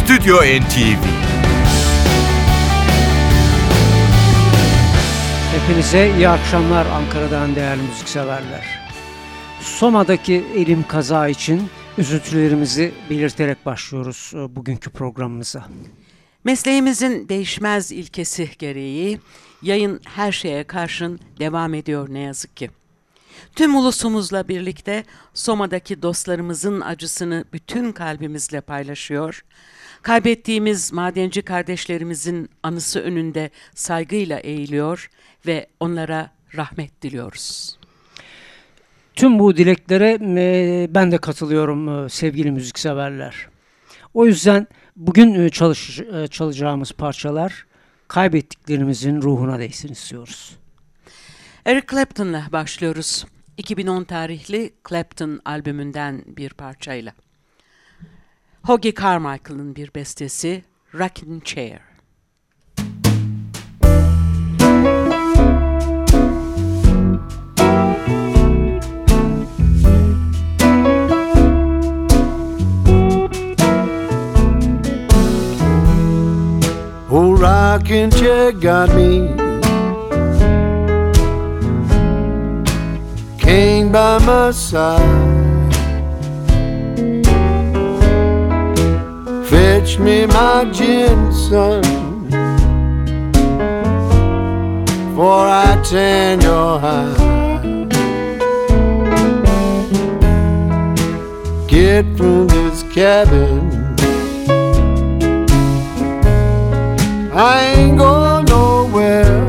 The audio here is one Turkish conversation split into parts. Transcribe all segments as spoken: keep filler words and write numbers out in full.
Stüdyo N T V. Hepinize iyi akşamlar Ankara'dan değerli müzikseverler. Soma'daki elim kaza için üzüntülerimizi belirterek başlıyoruz bugünkü programımıza. Mesleğimizin değişmez ilkesi gereği yayın her şeye karşın devam ediyor ne yazık ki. Tüm ulusumuzla birlikte Soma'daki dostlarımızın acısını bütün kalbimizle paylaşıyor. Kaybettiğimiz madenci kardeşlerimizin anısı önünde saygıyla eğiliyor ve onlara rahmet diliyoruz. Tüm bu dileklere ben de katılıyorum sevgili müzikseverler. O yüzden bugün çalış, çalacağımız parçalar kaybettiklerimizin ruhuna değsin istiyoruz. Eric Clapton'la başlıyoruz. iki bin on tarihli Clapton albümünden bir parçayla. Hoagy Carmichael'ın bir bestesi Rockin' Chair. Oh, rocking chair got me, cane by my side, fetch me my gin, son, for I tan your hide. Get from this cabin, I ain't going nowhere,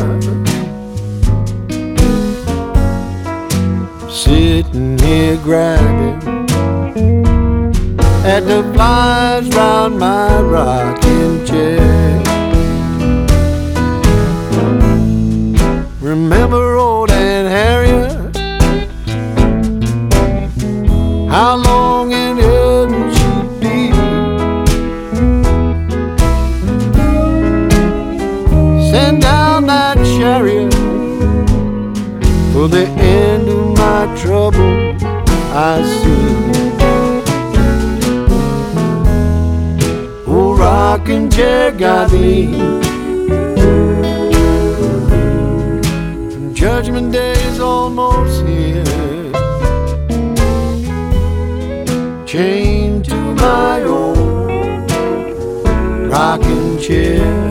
sitting here grabbing at the flies round my rocking chair. Remember old Aunt Harriet, how long in heaven she'd be, send down that chariot for the end of my trouble I see. Oh, rocking chair got me, Judgment Day is almost here, chained to my old rocking chair.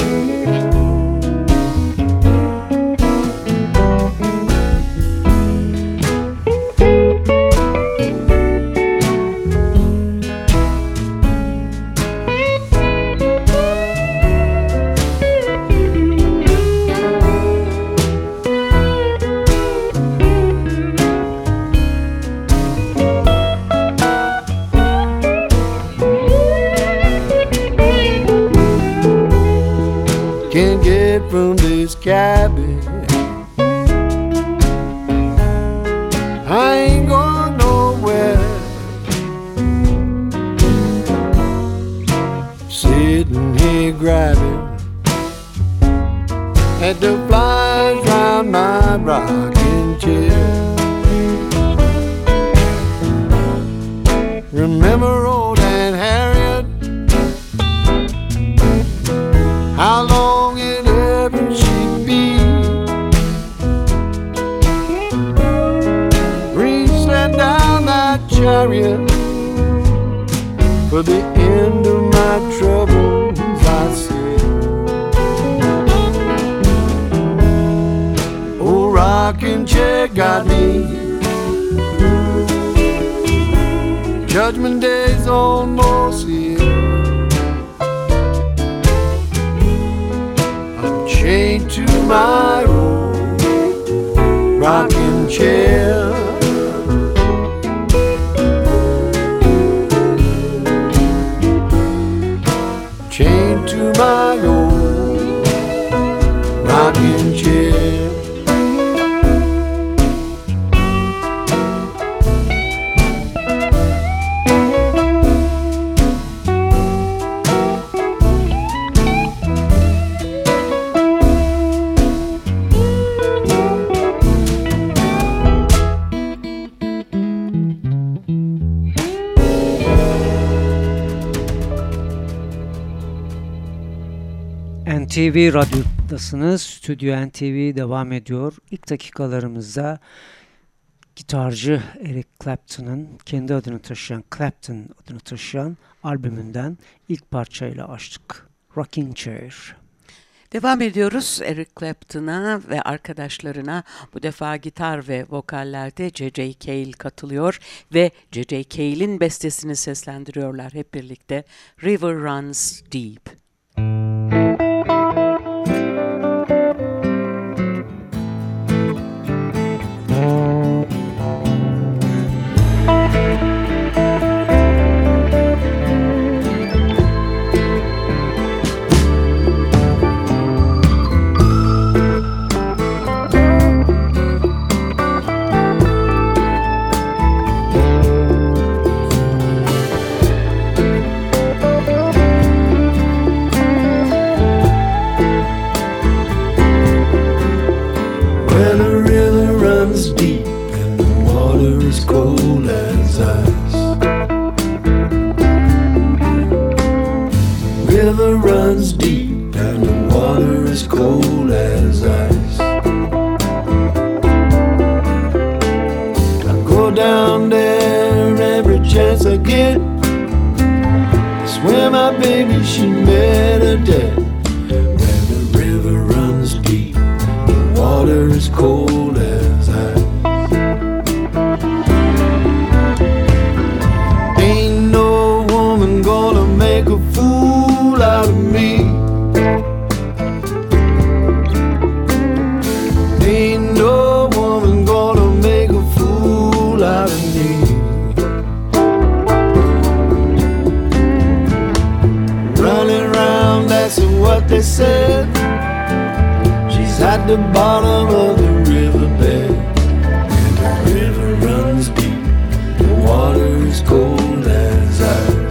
Can't get from this cabin, I ain't going nowhere, sitting here grabbing at the flies round my rocking chair. Remember old Aunt Harriet, how long in heaven she'd be, send down that chariot for the end of my troubles I see. Oh, rocking chair got me, Judgment Day's almost here, I'm chained to my old rocking chair. Chained to my old rocking chair. T V radyodasınız. Stüdyo N T V devam ediyor. İlk dakikalarımızda gitarcı Eric Clapton'ın kendi adını taşıyan, Clapton adını taşıyan albümünden ilk parçayla açtık. Rocking Chair. Devam ediyoruz Eric Clapton'a ve arkadaşlarına. Bu defa gitar ve vokallerde J J Cale katılıyor ve J J Cale'in bestesini seslendiriyorlar hep birlikte. River Runs Deep. River runs deep and the water is cold as ice. I go down there every chance I get. Swear my baby, she met her dad. Where the river runs deep, the water is cold as ice. Ain't no woman gonna make a fool out of me. Ain't no woman gonna make a fool out of me. Running around, that's what they said. She's at the bottom of the riverbed, and the river runs deep, the water is cold as ice.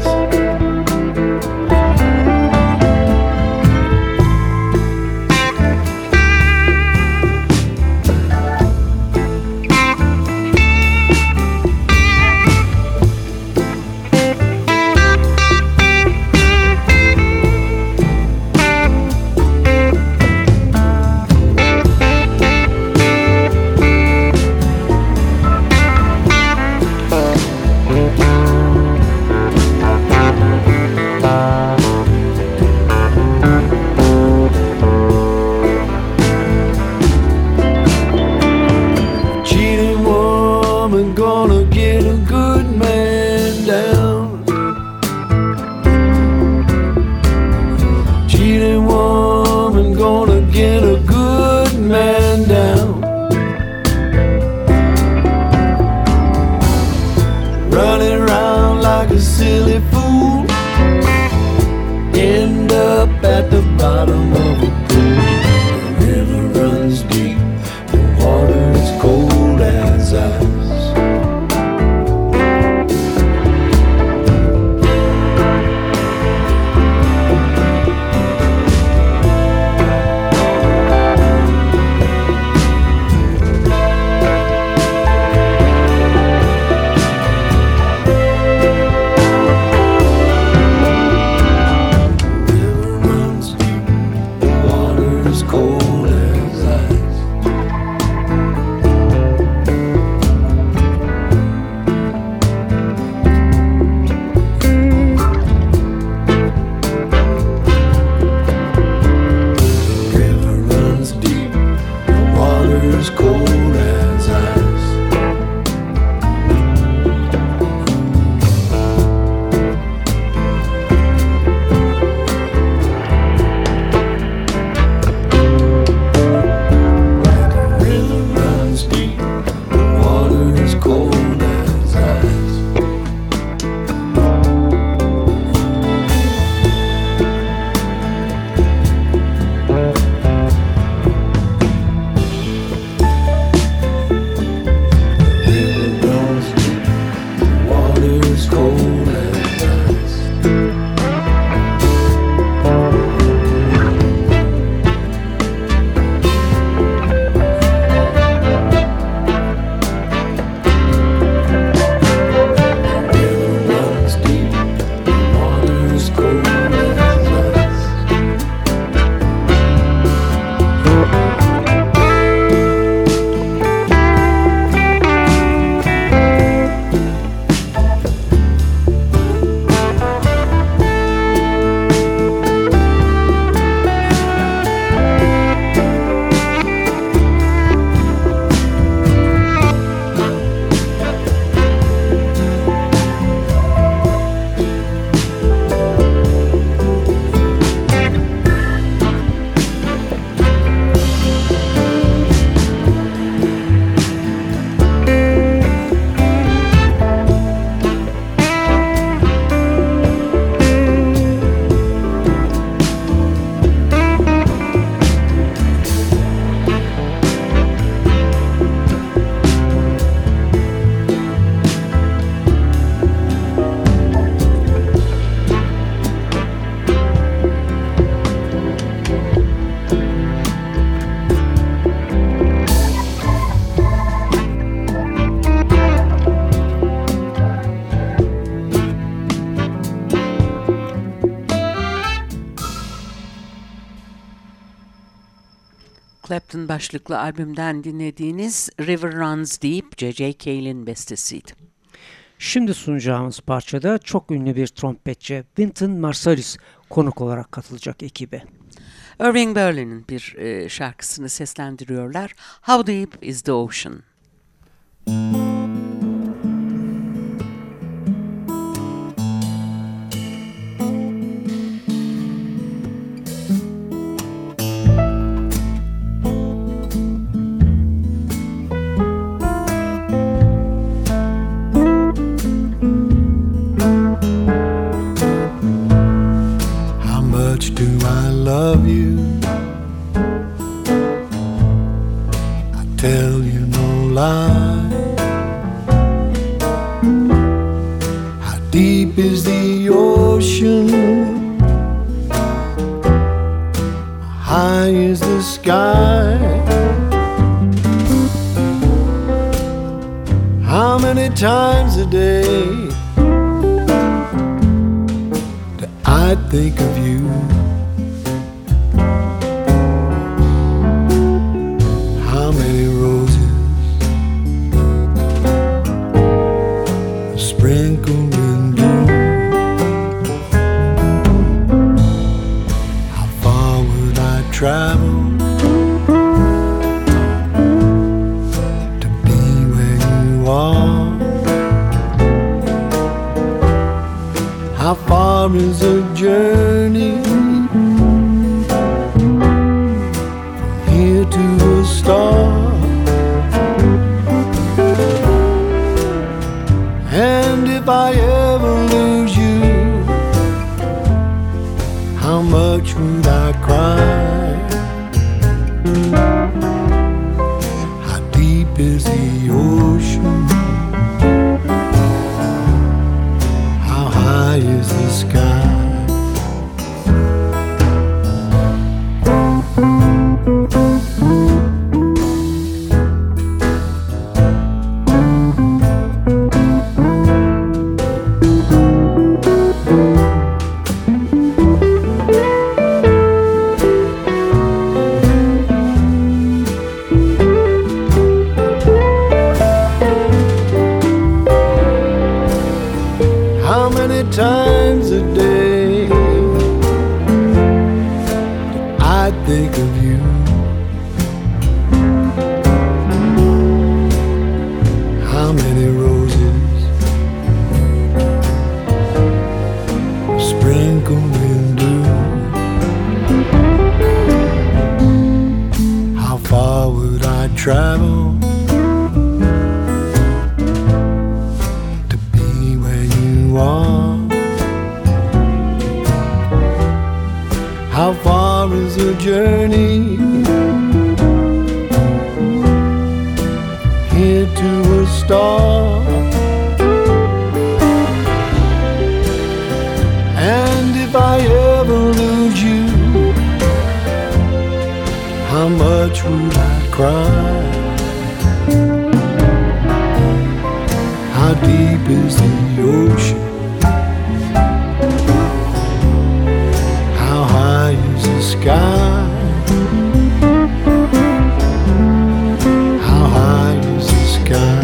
Clapton başlıklı albümden dinlediğiniz River Runs Deep, J J. Cale'in bestesiydi. Şimdi sunacağımız parçada çok ünlü bir trompetçi Wynton Marsalis konuk olarak katılacak ekibe. Irving Berlin'in bir e, şarkısını seslendiriyorlar. How Deep is the Ocean? Love you, I tell you no lie. How deep is the ocean? How high is the sky? How many times a day do I think of you? Travel to be where you are. How far is the journey from here to a star? And if I ever lose you, how much would I cry? How deep is the ocean? How high is the sky? Times a day I think of you. How many roses sprinkled in dew? How far would I travel to be where you are? How far is the journey here to a star? And if I ever lose you, how much would I cry? How deep is the ocean? Sky. How high is the sky?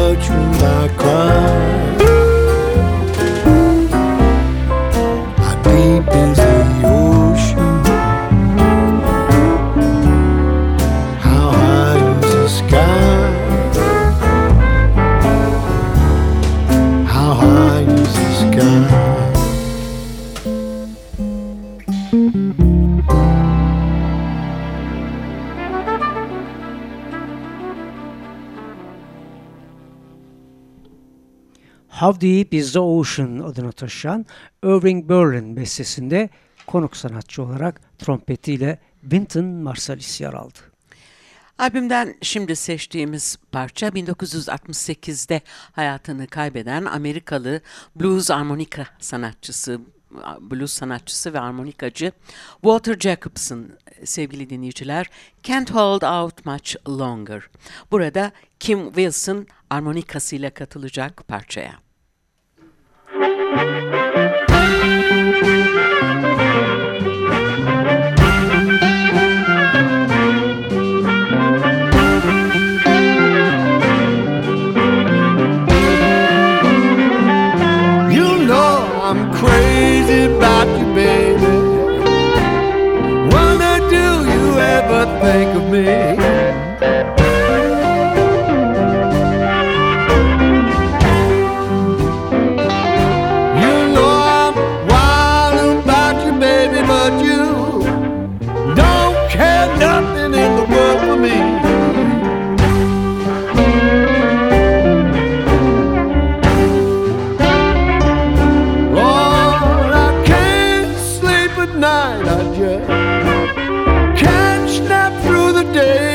much would I cry? How deep is the ocean? How high is the sky? How high is the sky? How Deep is the Ocean adını taşıyan Irving Berlin bestesinde konuk sanatçı olarak trompetiyle Wynton Marsalis yer aldı. Albümden şimdi seçtiğimiz parça bin dokuz yüz altmış sekizde hayatını kaybeden Amerikalı blues armonika sanatçısı, blues sanatçısı ve armonikacı Walter Jacobson, sevgili dinleyiciler, Can't Hold Out Much Longer. Burada Kim Wilson armonikasıyla katılacak parçaya. I'm crazy about you, baby. Wonder, do you ever think of me? You know I'm wild about you, baby, but you don't care nothing in the world for me. Night I just can't snap through the day.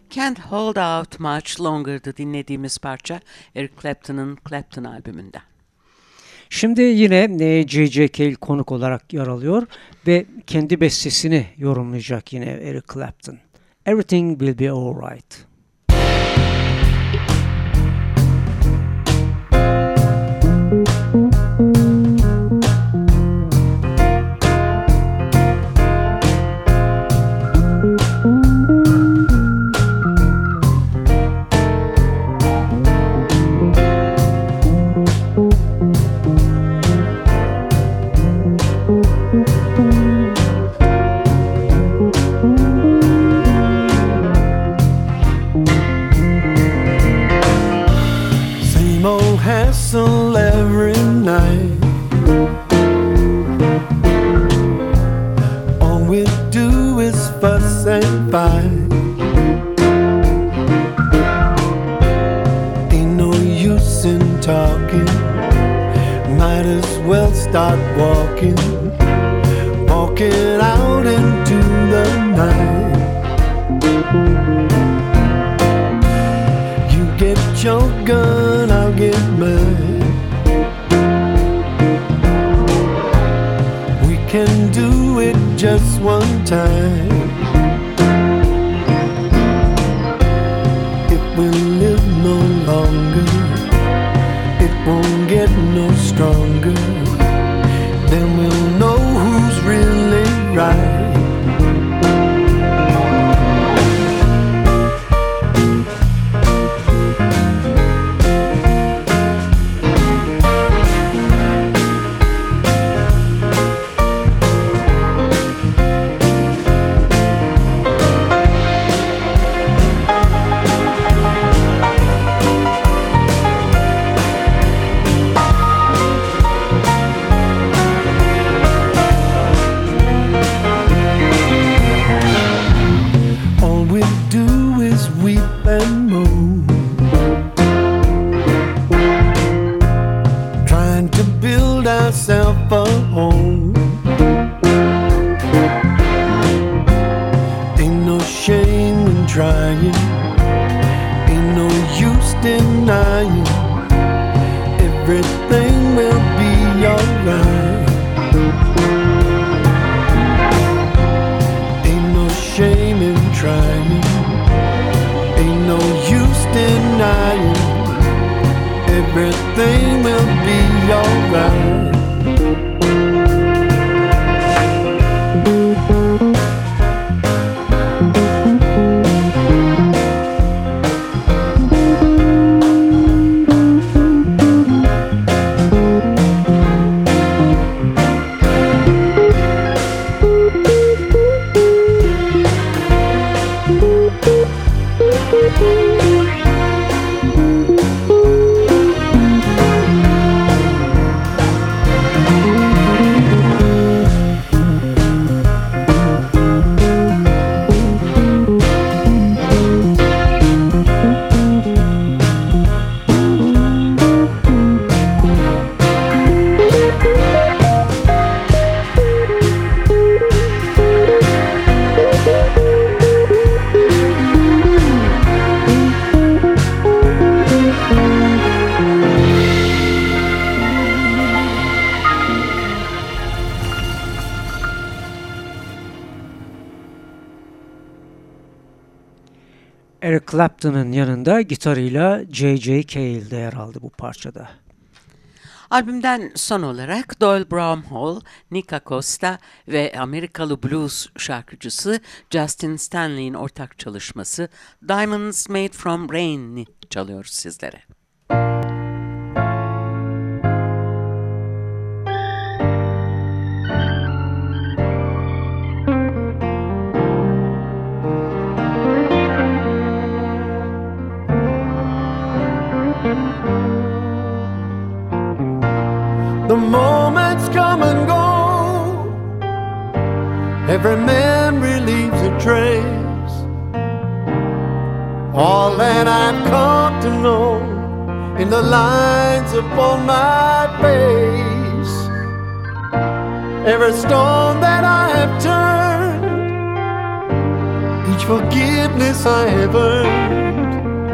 Can't Hold Out Much Longer'dı dinlediğimiz parça Eric Clapton'ın Clapton albümünden. Şimdi yine J J. Cale konuk olarak yer alıyor ve kendi bestesini yorumlayacak yine Eric Clapton. Everything Will Be Alright. Hassle every night. All we do is fuss and fight. Ain't no use in talking. Might as well start walking. Walking out into the night. You get your gun, I'll get mine. We can do it just one time. If we live no longer, it won't get no stronger. Then we'll know who's really right. Everything will be alright. Eric Clapton'ın yanında gitarıyla J J. Cale de yer aldı bu parçada. Albümden son olarak Doyle Bramhall, Nick Acosta ve Amerikalı blues şarkıcısı Justin Stanley'in ortak çalışması Diamonds Made from Rain'i çalıyoruz sizlere. The moments come and go. Every memory leaves a trace. All that I've come to know in the lines upon my face. Every stone that I have turned, each forgiveness I have earned,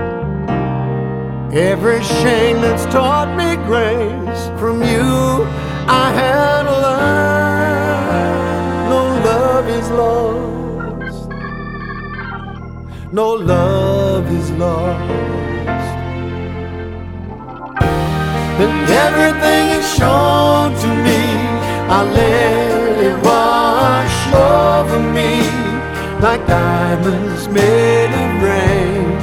every shame that's taught me grace from you I have learned. No love is lost, no love is lost, but everything is shown to me. I let it wash over me like diamonds made of rain.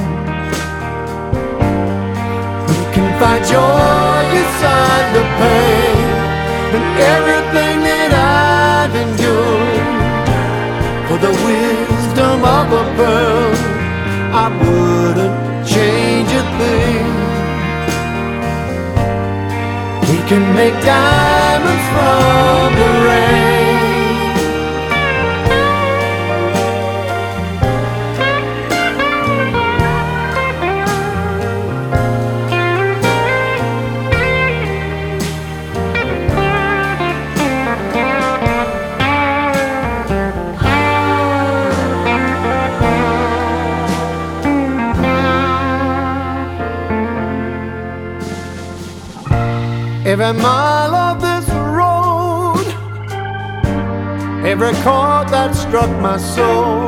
We can find joy beside the pain, and everything that I've endured for the wisdom of a pearl, I wouldn't change a thing. We can make diamonds from the rain. Every mile of this road, every chord that struck my soul,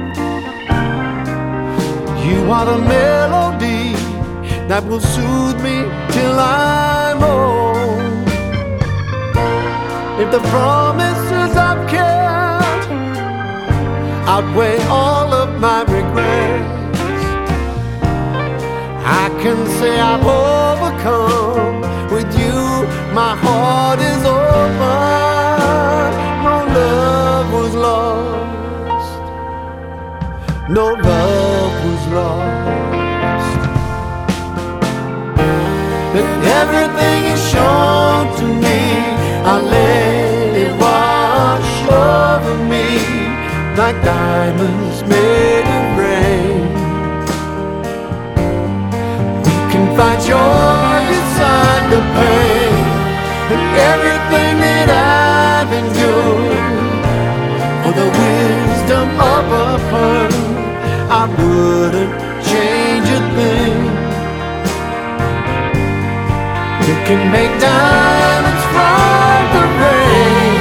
you are the melody that will soothe me till I'm old. If the promises I've kept outweigh all of my regrets, I can say I've overcome. With you, my heart is open. No love was lost, no love was lost, but everything is shown to me. I let it wash over me like diamonds made of rain. We can find joy beside the pain, and everything that I've endured for the wisdom of a pearl, I wouldn't change a thing. You can make diamonds from the rain.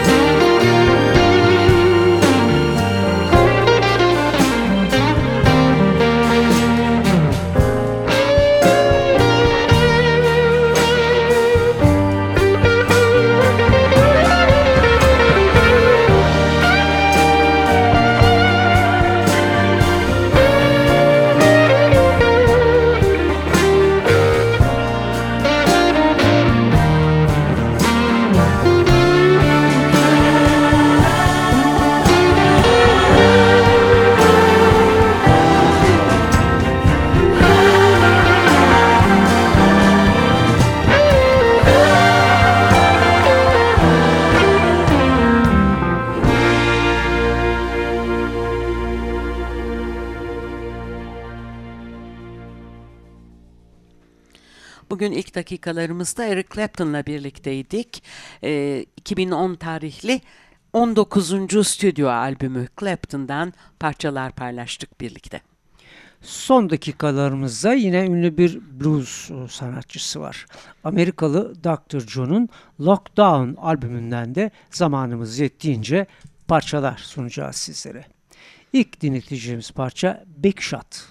Bugün ilk dakikalarımızda Eric Clapton'la birlikteydik. Ee, iki bin on tarihli on dokuzuncu stüdyo albümü Clapton'dan parçalar paylaştık birlikte. Son dakikalarımızda yine ünlü bir blues sanatçısı var. Amerikalı doktor John'un Lockdown albümünden de zamanımız yettiğince parçalar sunacağız sizlere. İlk dinleteceğimiz parça Big Shot.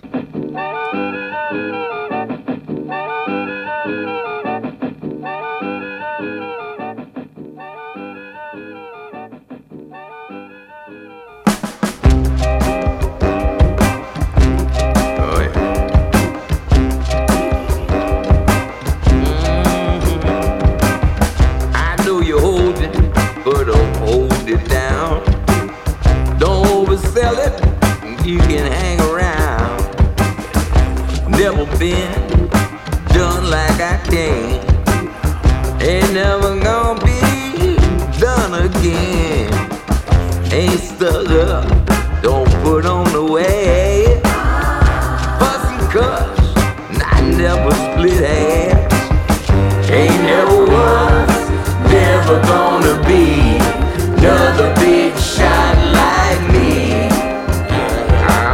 You can hang around. Never been done like I can. Ain't never gonna be done again. Ain't stuck up, don't put on the way. Fuss and cuss, I never split hands. Ain't never was, never gonna be another big shot like me.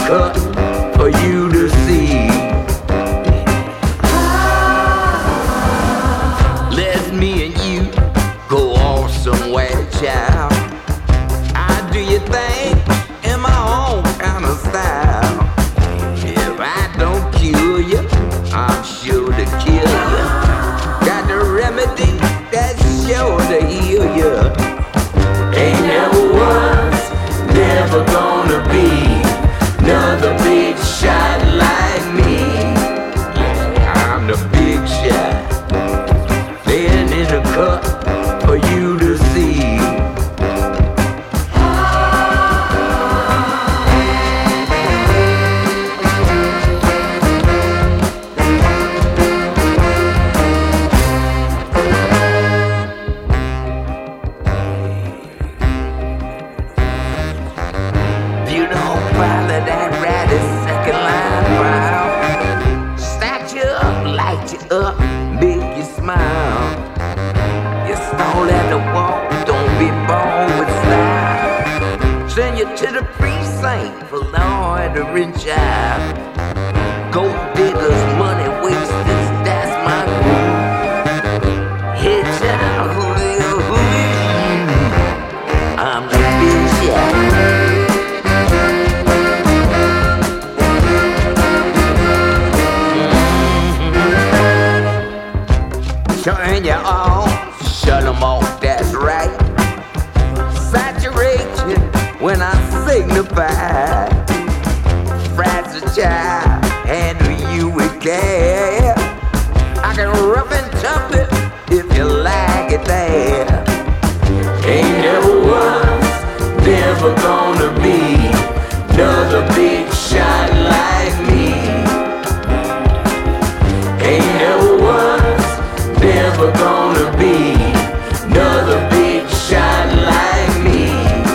cut for you to see. Let me and you go off somewhere, child. I do your thing in my own kind of style. If I don't kill you, I'm sure to kill you. Got the remedy that's sure to heal you. Ain't never was, never gonna be another big shot like me. I'm the big shot, laying in the cup for you to see. Up, make you smile. You stall at the wall, don't be born with style. Send you to the precinct for law and the child. Gold diggers, money wasters, that's my groove. Hey child, who you, who you? I'm the big shot. Turn you on, shut them off, that's right. Saturate you when I signify. Fragile child, handle you with care. I can rough and tough it if you like it there. Ain't never was, never gonna be another big shot like me. Ain't never was, never gonna be another big shot like me.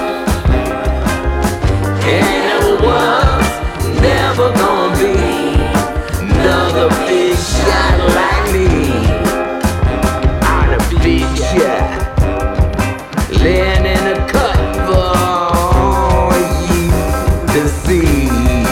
Ain't never was, never gonna be another big shot like me. I'm a big shot, laying in a cut for you to see.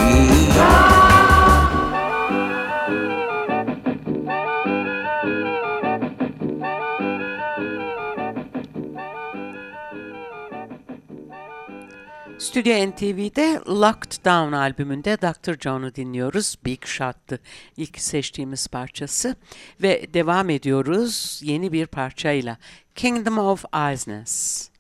Stüdyo N T V'de Locked Down albümünde doktor John'u dinliyoruz. Big Shot'tı ilk seçtiğimiz parçası. Ve devam ediyoruz yeni bir parçayla. Kingdom of Isness.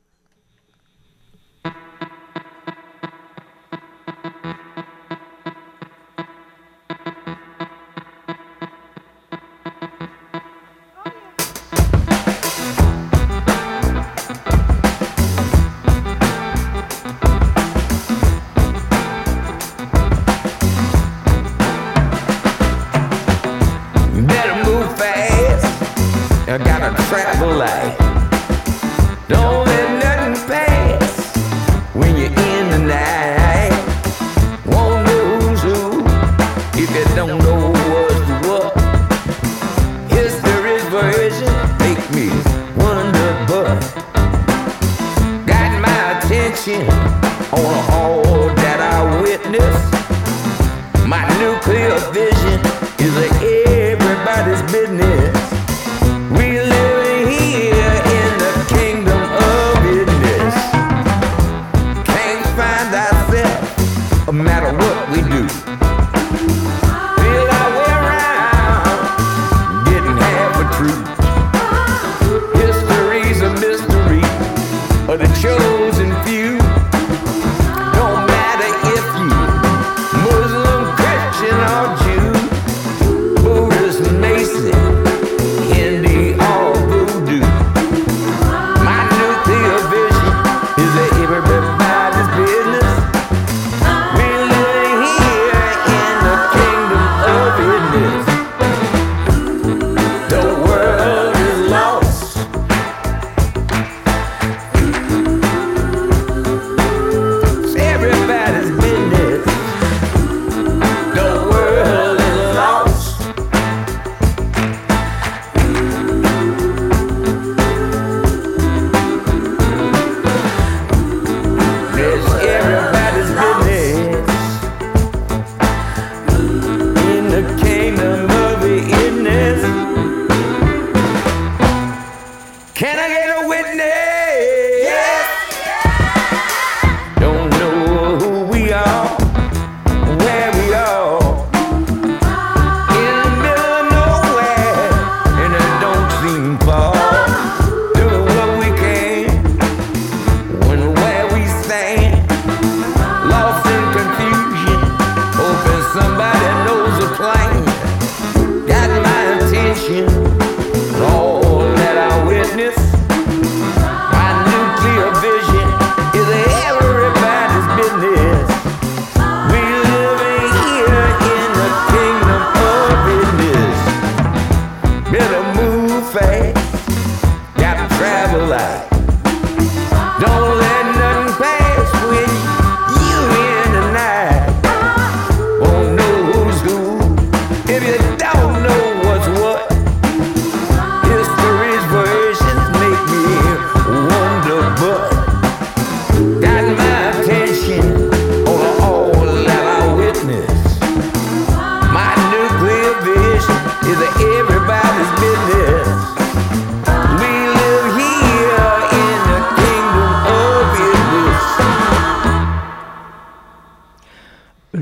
I gotta travel light. Don't let nothing pass when you're in the night. Won't know who's who if you don't know what's what. History's version make me wonder, but got my attention on all that I witnessed. My nuclear vision is everybody's business. We live here in the kingdom of business. Can't find ourselves, no matter what we do. Feel our way around, getting half a truth. History's a mystery of the chosen few.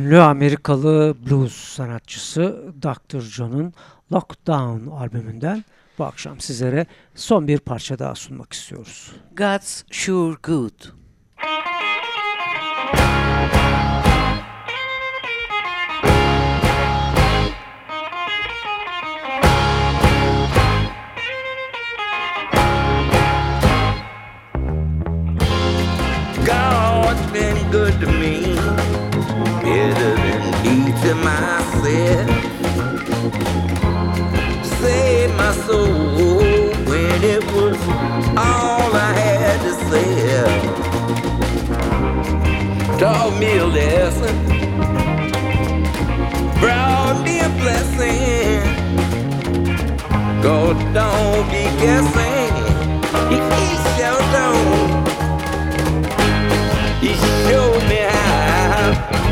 ünlü Amerikalı blues sanatçısı doktor John'un Lockdown albümünden bu akşam sizlere son bir parça daha sunmak istiyoruz. God's Sure Good. God's been good to me, better than me to myself. Saved my soul when it was all I had to say. Taught me a lesson, brought me a blessing. God don't be guessing, he, he sure don't. He showed me how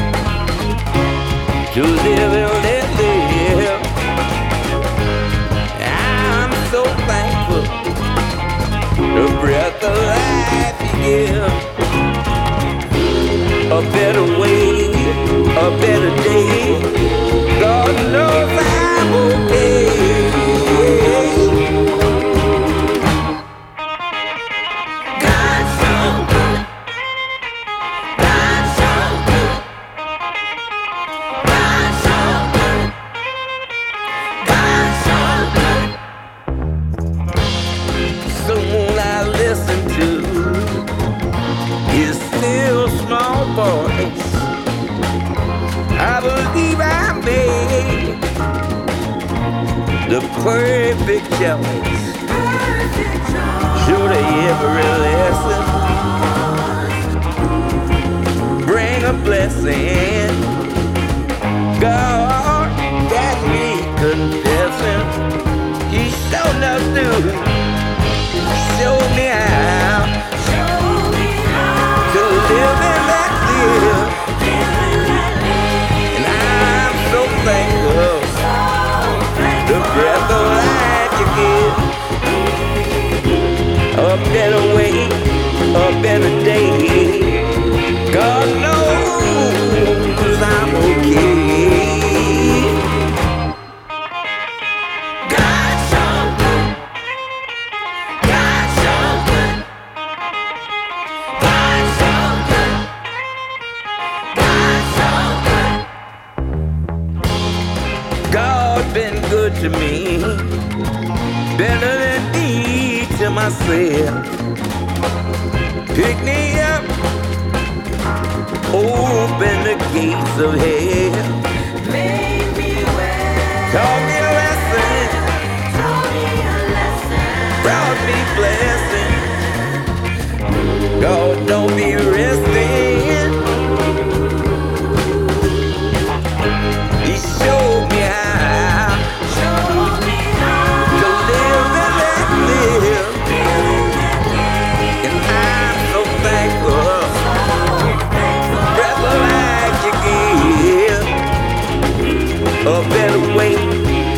to live and let live. I'm so thankful the breath of life he gives. A better way, a better day. God knows I'm okay. I believe I made the perfect choice. Should every lesson bring a blessing? God got me confessing. He showed enough to show me how to live and let live. Thankful, the breath of life you give. A better way, a better day. God knows I'm okay. God so good, God so good, God so good, God so good. God been good to me, better than me to myself. Pick me up, open the gates of hell. Made me well, taught me a lesson, taught me a lesson, brought me blessing. God don't be resting. He showed me how, showed me how to live and let live. And I'm so thankful, breath of life you give. A better way,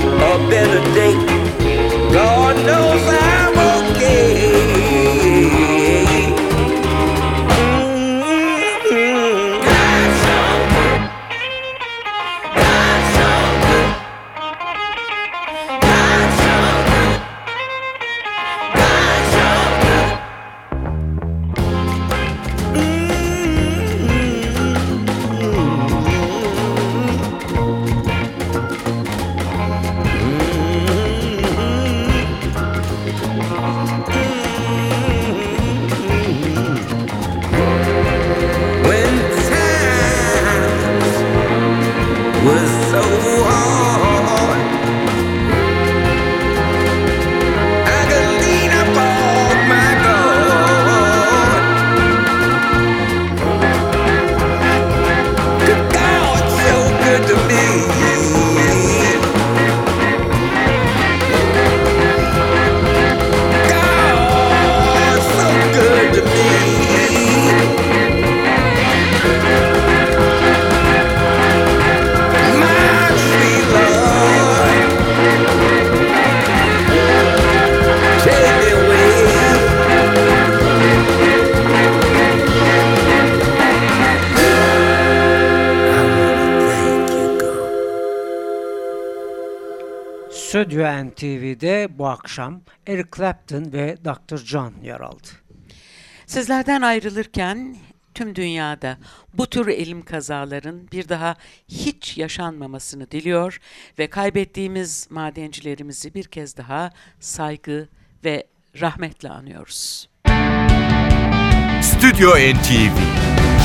Stüdyo N T V'de bu akşam Eric Clapton ve doktor John yer aldı. Sizlerden ayrılırken tüm dünyada bu tür elim kazaların bir daha hiç yaşanmamasını diliyor ve kaybettiğimiz madencilerimizi bir kez daha saygı ve rahmetle anıyoruz. Stüdyo N T V